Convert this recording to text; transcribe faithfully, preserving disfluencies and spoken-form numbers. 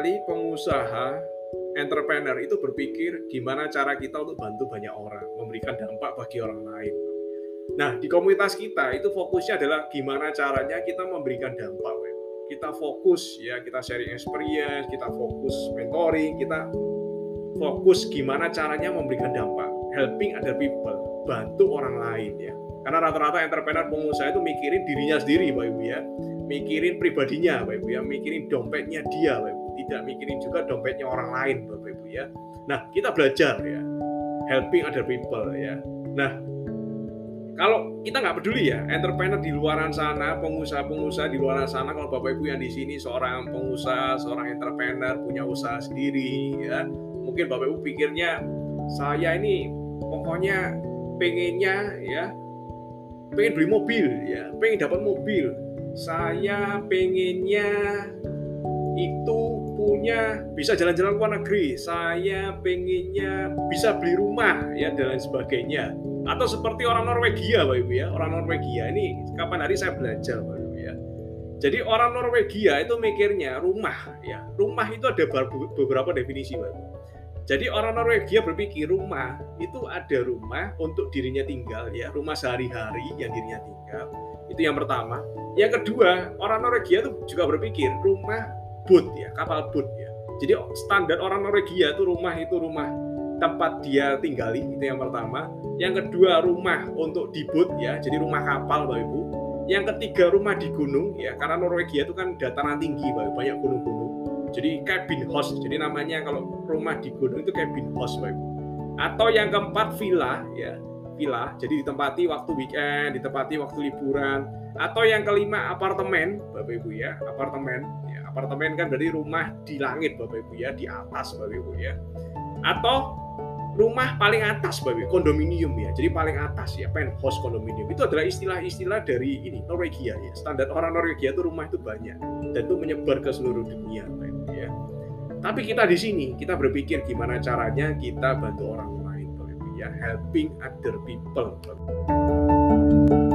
kali pengusaha, entrepreneur itu berpikir gimana cara kita untuk bantu banyak orang, memberikan dampak bagi orang lain. Nah, di komunitas kita itu fokusnya adalah gimana caranya kita memberikan dampak. Kita fokus ya, kita sharing experience, kita fokus mentoring, kita fokus gimana caranya memberikan dampak, helping other people, bantu orang lain ya. Karena rata-rata entrepreneur pengusaha itu mikirin dirinya sendiri, Bapak Ibu ya. Mikirin pribadinya, Bapak Ibu ya, mikirin dompetnya dia, Bapak Ibu. Tidak mikirin juga dompetnya orang lain, Bapak Ibu ya. Nah, kita belajar ya, helping other people ya. Nah, kalau kita nggak peduli ya, entrepreneur di luar sana, pengusaha-pengusaha di luar sana, kalau Bapak Ibu yang di sini seorang pengusaha, seorang entrepreneur punya usaha sendiri ya, mungkin Bapak Ibu pikirnya saya ini pokoknya pengennya ya, pengen beli mobil ya, pengen dapat mobil, saya pengennya itu punya bisa jalan-jalan ke luar negeri, saya pengennya bisa beli rumah ya dan lain sebagainya. Atau seperti orang Norwegia, Bapak Ibu ya, orang Norwegia ini kapan hari saya belajar, Bapak Ibu ya. Jadi orang Norwegia itu mikirnya rumah ya, rumah itu ada beberapa definisi, Bapak Ibu. Jadi orang Norwegia berpikir rumah itu ada rumah untuk dirinya tinggal ya, rumah sehari-hari yang dirinya tinggal. Itu yang pertama. Yang kedua, orang Norwegia itu juga berpikir rumah boat ya, kapal boat ya. Jadi standar orang Norwegia itu rumah itu rumah tempat dia tinggali, itu yang pertama. Yang kedua, rumah untuk di boat ya, jadi rumah kapal, Bapak Ibu. Yang ketiga, rumah di gunung ya, karena Norwegia itu kan dataran tinggi, Bapak Ibu, banyak gunung-gunung. Jadi cabin house, jadi namanya kalau rumah di gunung itu cabin house, Bapak Ibu. Atau yang keempat, villa ya, villa, jadi ditempati waktu weekend, ditempati waktu liburan. Atau yang kelima, apartemen, Bapak Ibu ya, apartemen. Ya, apartemen kan dari rumah di langit, Bapak Ibu ya, di atas, Bapak Ibu ya. Atau rumah paling atas, Bapak Ibu, kondominium ya, jadi paling atas ya, penthouse kondominium. Itu adalah istilah-istilah dari ini Norwegia ya. Standar orang Norwegia itu rumah itu banyak dan itu menyebar ke seluruh dunia, Bapak Ibu ya. Tapi kita di sini kita berpikir gimana caranya kita bantu orang lain, Bapak Ibu ya, helping other people, Bapak Ibu.